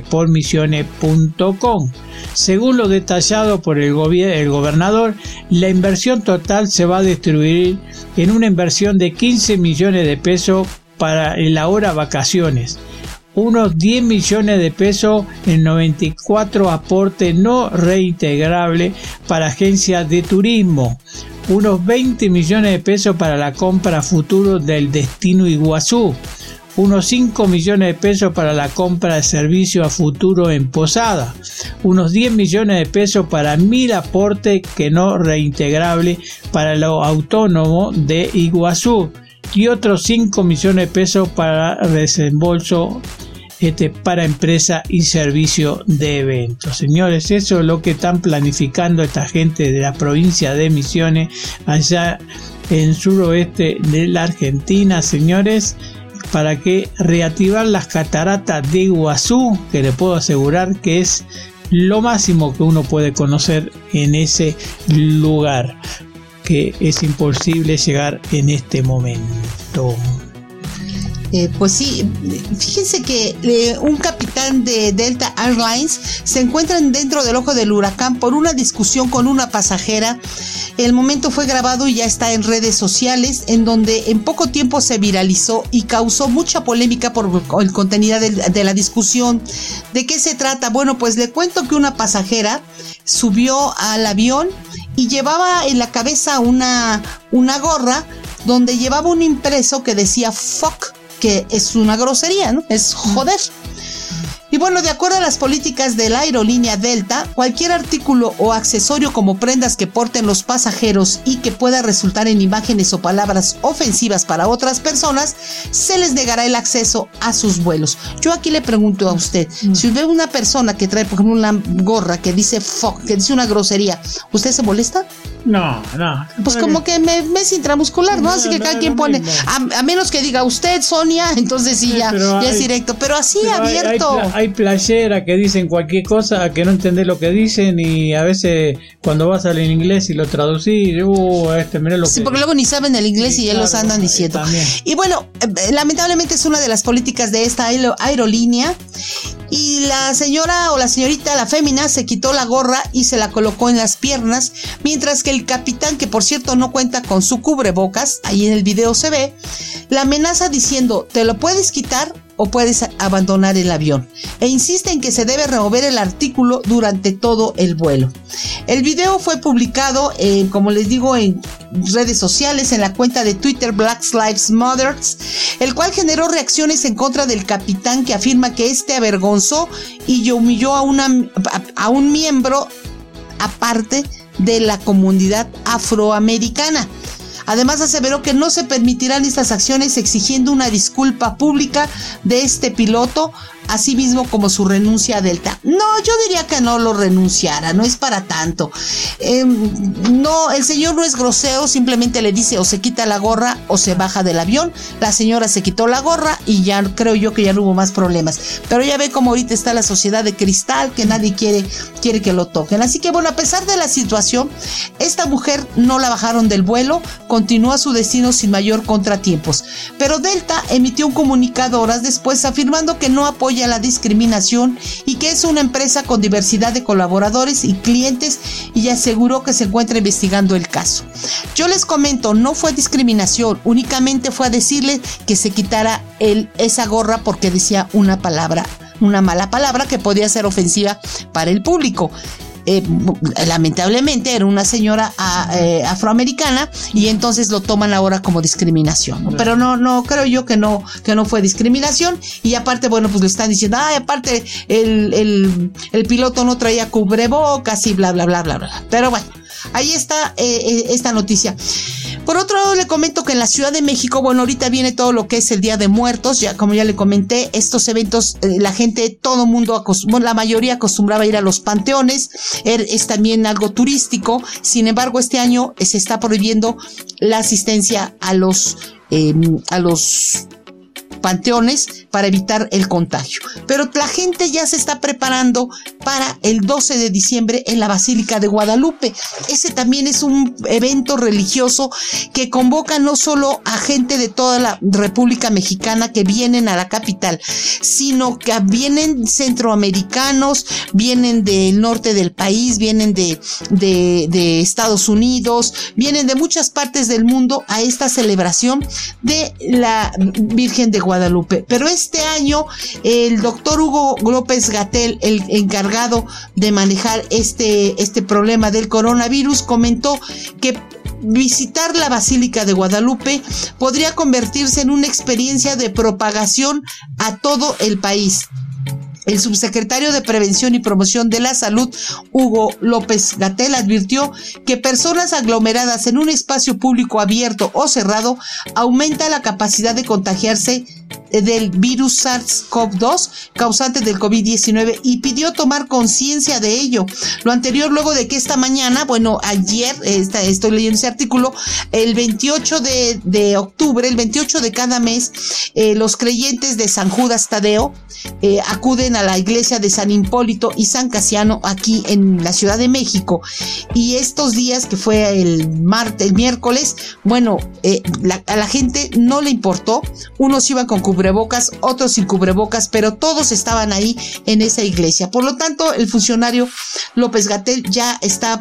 viajespormisiones.com. Según lo detallado por el gobernador, la inversión total se va a distribuir en una inversión de 15 millones de pesos para el Ahora Vacaciones, unos 10 millones de pesos en 94 aportes no reintegrables para agencias de turismo, unos 20 millones de pesos para la compra futuro del destino Iguazú, unos 5 millones de pesos para la compra de servicios a futuro en Posada, unos 10 millones de pesos para 1.000 aportes que no reintegrables para los autónomos de Iguazú y otros 5 millones de pesos para desembolso para empresa y servicio de eventos. Señores, eso es lo que están planificando esta gente de la provincia de Misiones, allá en suroeste de la Argentina, señores, para que reactivar las cataratas de Iguazú, que le puedo asegurar que es lo máximo que uno puede conocer en ese lugar, que es imposible llegar en este momento. Pues sí, fíjense que un capitán de Delta Airlines se encuentra dentro del ojo del huracán por una discusión con una pasajera. El momento fue grabado y ya está en redes sociales, en donde en poco tiempo se viralizó y causó mucha polémica por el contenido de la discusión. ¿De qué se trata? Bueno, pues le cuento que una pasajera subió al avión y llevaba en la cabeza una gorra donde llevaba un impreso que decía fuck, que es una grosería, ¿no? Es joder. Y bueno, de acuerdo a las políticas de la aerolínea Delta, cualquier artículo o accesorio como prendas que porten los pasajeros y que pueda resultar en imágenes o palabras ofensivas para otras personas, se les negará el acceso a sus vuelos. Yo aquí le pregunto a usted, si ve una persona que trae, por ejemplo, una gorra que dice fuck, que dice una grosería, ¿usted se molesta? No. Pues como que me es intramuscular, ¿no? Así que cada quien pone, a menos que diga usted, Sonia, entonces sí, ya es directo, pero así abierto. Hay playera que dicen cualquier cosa que no entendés lo que dicen, y a veces cuando vas a leer en inglés y lo traducís, mirá lo que... Sí, porque luego ni saben el inglés, sí, y claro, los andan diciendo. También. Y bueno, lamentablemente es una de las políticas de esta aerolínea, y la señora o la señorita, la fémina, se quitó la gorra y se la colocó en las piernas, mientras que el capitán, que por cierto no cuenta con su cubrebocas, ahí en el video se ve, la amenaza diciendo, te lo puedes quitar o puedes abandonar el avión, e insiste en que se debe remover el artículo durante todo el vuelo. El video fue publicado, como les digo, en redes sociales, en la cuenta de Twitter Black Lives Matter, el cual generó reacciones en contra del capitán, que afirma que avergonzó y humilló a un miembro aparte de la comunidad afroamericana. Además, aseveró que no se permitirán estas acciones, exigiendo una disculpa pública de este piloto, así mismo como su renuncia a Delta. No, yo diría que no lo renunciara, no es para tanto. No, el señor no es grosero, simplemente le dice o se quita la gorra o se baja del avión. La señora se quitó la gorra y ya creo yo que ya no hubo más problemas. Pero ya ve cómo ahorita está la sociedad de cristal, que nadie quiere que lo toquen. Así que bueno, a pesar de la situación, esta mujer no la bajaron del vuelo, continuó a su destino sin mayor contratiempos. Pero Delta emitió un comunicado horas después afirmando que no apoya la discriminación y que es una empresa con diversidad de colaboradores y clientes, y aseguró que se encuentra investigando el caso. Yo les comento, no fue discriminación, únicamente fue a decirle que se quitara esa gorra porque decía una mala palabra que podía ser ofensiva para el público. Lamentablemente era una señora afroamericana y entonces lo toman ahora como discriminación, ¿no? Pero no creo yo que no fue discriminación. Y aparte, bueno, pues le están diciendo, aparte el piloto no traía cubrebocas y bla bla bla bla bla. Pero bueno, ahí está esta noticia. Por otro lado, le comento que en la Ciudad de México, bueno, ahorita viene todo lo que es el Día de Muertos, como ya le comenté, estos eventos, la gente, todo mundo, la mayoría acostumbraba a ir a los panteones, es también algo turístico. Sin embargo, este año se está prohibiendo la asistencia a los panteones para evitar el contagio. Pero la gente ya se está preparando para el 12 de diciembre en la Basílica de Guadalupe. Ese también es un evento religioso que convoca no solo a gente de toda la República Mexicana que vienen a la capital, sino que vienen centroamericanos, vienen del norte del país, vienen de Estados Unidos, vienen de muchas partes del mundo a esta celebración de la Virgen de Guadalupe. Pero este año el doctor Hugo López-Gatell, el encargado de manejar este problema del coronavirus, comentó que visitar la Basílica de Guadalupe podría convertirse en una experiencia de propagación a todo el país. El subsecretario de Prevención y Promoción de la Salud, Hugo López-Gatell, advirtió que personas aglomeradas en un espacio público abierto o cerrado aumenta la capacidad de contagiarse del virus SARS-CoV-2 causante del COVID-19 y pidió tomar conciencia de ello. Lo anterior luego de que esta mañana, bueno, ayer, estoy leyendo ese artículo, el 28 de octubre, el 28 de cada mes, los creyentes de San Judas Tadeo acuden a la iglesia de San Hipólito y San Casiano aquí en la Ciudad de México. Y estos días, que fue el miércoles, bueno, a la gente no le importó. Unos iban con cubrebocas, otros sin cubrebocas, pero todos estaban ahí en esa iglesia. Por lo tanto, el funcionario López-Gatell ya está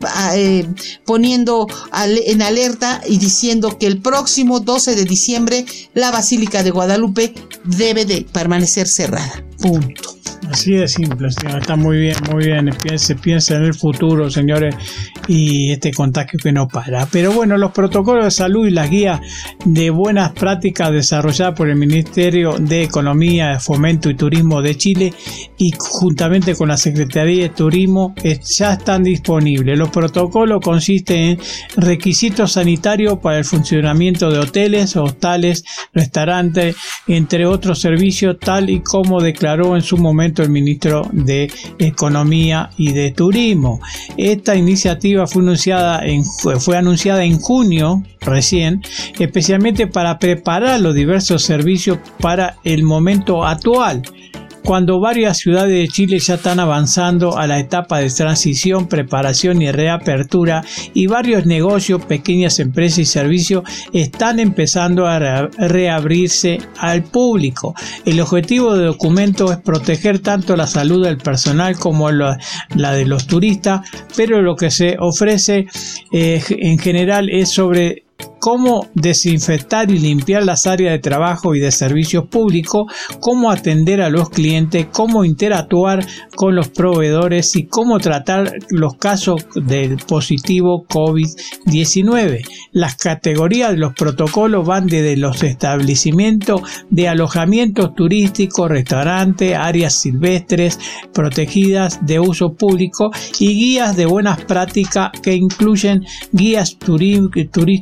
poniendo en alerta y diciendo que el próximo 12 de diciembre la Basílica de Guadalupe debe de permanecer cerrada. Punto. Así de simple, señor. Está muy bien, muy bien. Se piensa en el futuro, señores, y este contagio que no para. Pero bueno, los protocolos de salud y las guías de buenas prácticas desarrolladas por el Ministerio de Economía, Fomento y Turismo de Chile y juntamente con la Secretaría de Turismo ya están disponibles. Los protocolos consisten en requisitos sanitarios para el funcionamiento de hoteles, hostales, restaurantes, entre otros servicios, tal y como declaró en su momento el ministro de Economía y de Turismo. Esta iniciativa fue anunciada en junio recién, especialmente para preparar los diversos servicios para el momento actual, cuando varias ciudades de Chile ya están avanzando a la etapa de transición, preparación y reapertura, y varios negocios, pequeñas empresas y servicios están empezando a reabrirse al público. El objetivo del documento es proteger tanto la salud del personal como la de los turistas, pero lo que se ofrece en general es sobre cómo desinfectar y limpiar las áreas de trabajo y de servicios públicos, cómo atender a los clientes, cómo interactuar con los proveedores y cómo tratar los casos del positivo COVID-19. Las categorías de los protocolos van desde los establecimientos de alojamientos turísticos, restaurantes, áreas silvestres protegidas de uso público y guías de buenas prácticas que incluyen guías turísticos,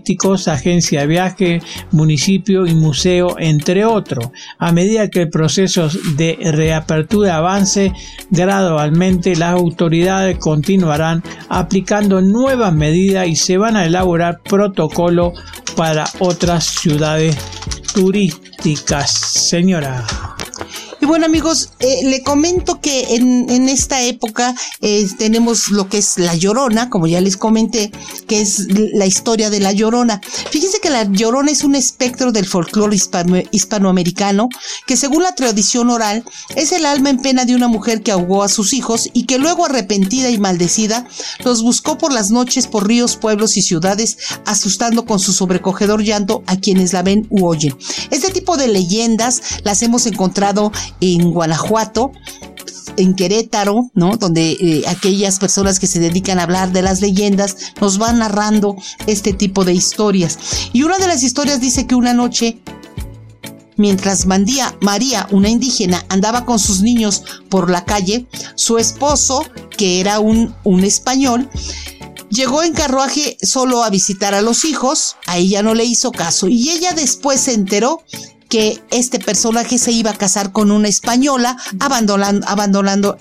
agencias de viaje, municipio y museo, entre otros. A medida que el proceso de reapertura avance gradualmente, las autoridades continuarán aplicando nuevas medidas y se van a elaborar protocolos para otras ciudades turísticas. Señora. Y bueno, amigos, le comento que en esta época tenemos lo que es La Llorona, como ya les comenté, que es la historia de La Llorona. Fíjense que La Llorona es un espectro del folclore hispanoamericano que, según la tradición oral, es el alma en pena de una mujer que ahogó a sus hijos y que luego, arrepentida y maldecida, los buscó por las noches por ríos, pueblos y ciudades, asustando con su sobrecogedor llanto a quienes la ven u oyen. Este tipo de leyendas las hemos encontrado en Guanajuato, en Querétaro, ¿no? Donde aquellas personas que se dedican a hablar de las leyendas nos van narrando este tipo de historias. Y una de las historias dice que una noche, mientras María, una indígena, andaba con sus niños por la calle, su esposo, que era un español, llegó en carruaje solo a visitar a los hijos. A ella no le hizo caso y ella después se enteró que este personaje se iba a casar con una española, abandonándola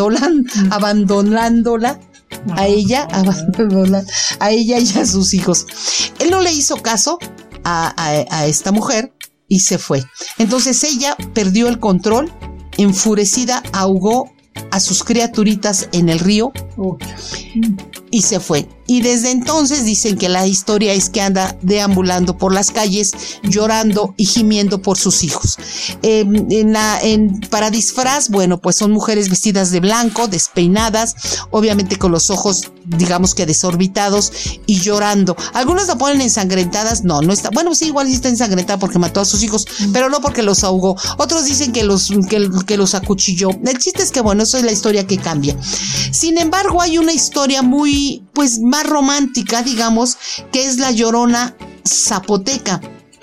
a ella y a sus hijos. Él no le hizo caso a esta mujer y se fue. Entonces ella perdió el control, enfurecida ahogó a sus criaturitas en el río y se fue. Y desde entonces dicen que la historia es que anda deambulando por las calles, llorando y gimiendo por sus hijos. Para disfraz, bueno, pues son mujeres vestidas de blanco, despeinadas, obviamente con los ojos, digamos que desorbitados y llorando. Algunas la ponen ensangrentadas, no está, bueno, sí, igual sí está ensangrentada porque mató a sus hijos, pero no porque los ahogó. Otros dicen que los acuchilló. El chiste es que, bueno, eso es la historia que cambia. Sin embargo, hay una historia muy, pues, más romántica, digamos, que es La Llorona zapoteca.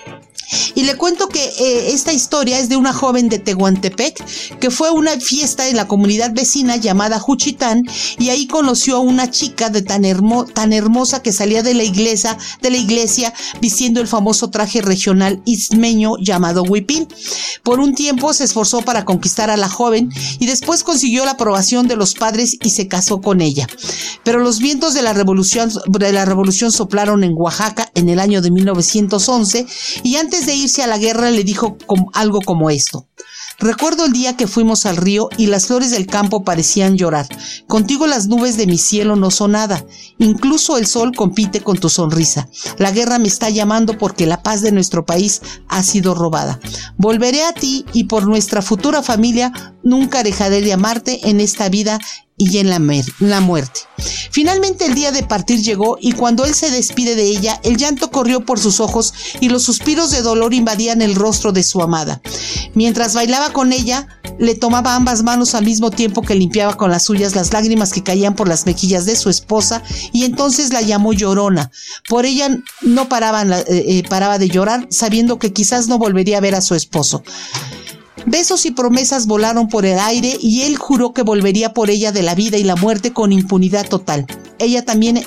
Y le cuento que esta historia es de una joven de Tehuantepec que fue a una fiesta en la comunidad vecina llamada Juchitán y ahí conoció a una chica tan hermosa que salía de la iglesia vistiendo el famoso traje regional ismeño llamado huipil. Por un tiempo se esforzó para conquistar a la joven y después consiguió la aprobación de los padres y se casó con ella. Pero los vientos de la revolución soplaron en Oaxaca en el año de 1911 y antes de irse a la guerra le dijo algo como esto: recuerdo el día que fuimos al río y las flores del campo parecían llorar. Contigo las nubes de mi cielo no son nada. Incluso el sol compite con tu sonrisa. La guerra me está llamando porque la paz de nuestro país ha sido robada. Volveré a ti y por nuestra futura familia nunca dejaré de amarte en esta vida y en la muerte. Finalmente el día de partir llegó y cuando él se despide de ella, el llanto corrió por sus ojos y los suspiros de dolor invadían el rostro de su amada. Mientras bailaba con ella, le tomaba ambas manos al mismo tiempo que limpiaba con las suyas las lágrimas que caían por las mejillas de su esposa y entonces la llamó Llorona. Por ella no paraba de llorar, sabiendo que quizás no volvería a ver a su esposo. Besos y promesas volaron por el aire y él juró que volvería por ella de la vida y la muerte con impunidad total. Ella también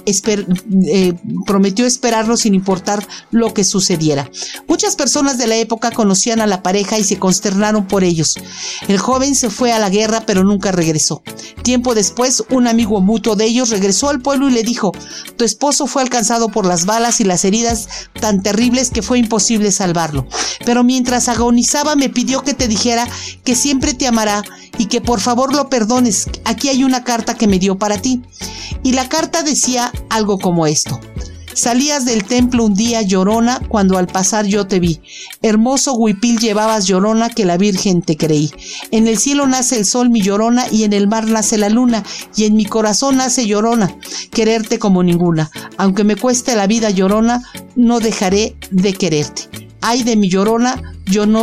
prometió esperarlo sin importar lo que sucediera. Muchas personas de la época conocían a la pareja y se consternaron por ellos. El joven se fue a la guerra pero nunca regresó. Tiempo después, un amigo mutuo de ellos regresó al pueblo y le dijo: tu esposo fue alcanzado por las balas y las heridas tan terribles que fue imposible salvarlo. Pero mientras agonizaba me pidió que te dijera que siempre te amará y que por favor lo perdones. Aquí hay una carta que me dio para ti. Y la carta decía algo como esto: salías del templo un día, Llorona, cuando al pasar yo te vi. Hermoso huipil llevabas, Llorona, que la Virgen te creí. En el cielo nace el sol, mi Llorona, y en el mar nace la luna, y en mi corazón nace, Llorona, quererte como ninguna. Aunque me cueste la vida, Llorona, no dejaré de quererte. Ay de mi Llorona,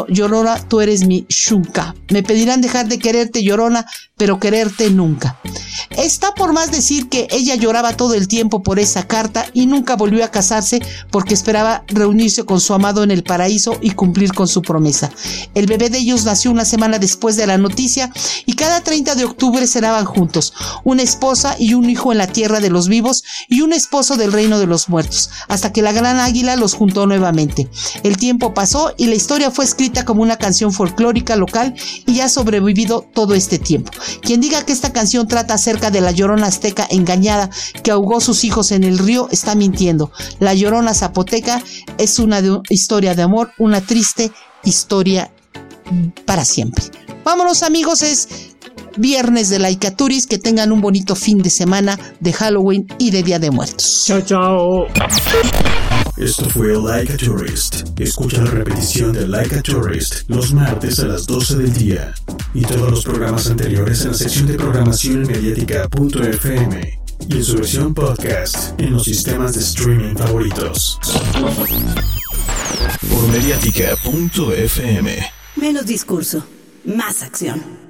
Llorona, tú eres mi Xunca. Me pedirán dejar de quererte, Llorona, pero quererte nunca. Está por más decir que ella lloraba todo el tiempo por esa carta y nunca volvió a casarse porque esperaba reunirse con su amado en el paraíso y cumplir con su promesa. El bebé de ellos nació una semana después de la noticia y cada 30 de octubre cenaban juntos, una esposa y un hijo en la tierra de los vivos y un esposo del reino de los muertos, hasta que la gran águila los juntó nuevamente. El tiempo pasó y la historia fue escrita como una canción folclórica local y ha sobrevivido todo este tiempo. Quien diga que esta canción trata acerca de la llorona azteca engañada que ahogó sus hijos en el río está mintiendo. La llorona zapoteca es una historia de amor, una triste historia para siempre. Vámonos, amigos, es viernes de Laicaturis, que tengan un bonito fin de semana de Halloween y de Día de Muertos. Chao, chao. Esto fue Like a Tourist. Escucha la repetición de Like a Tourist los martes a las 12 del día y todos los programas anteriores en la sección de programación en mediática.fm y en su versión podcast en los sistemas de streaming favoritos. Por mediática.fm. Menos discurso, más acción.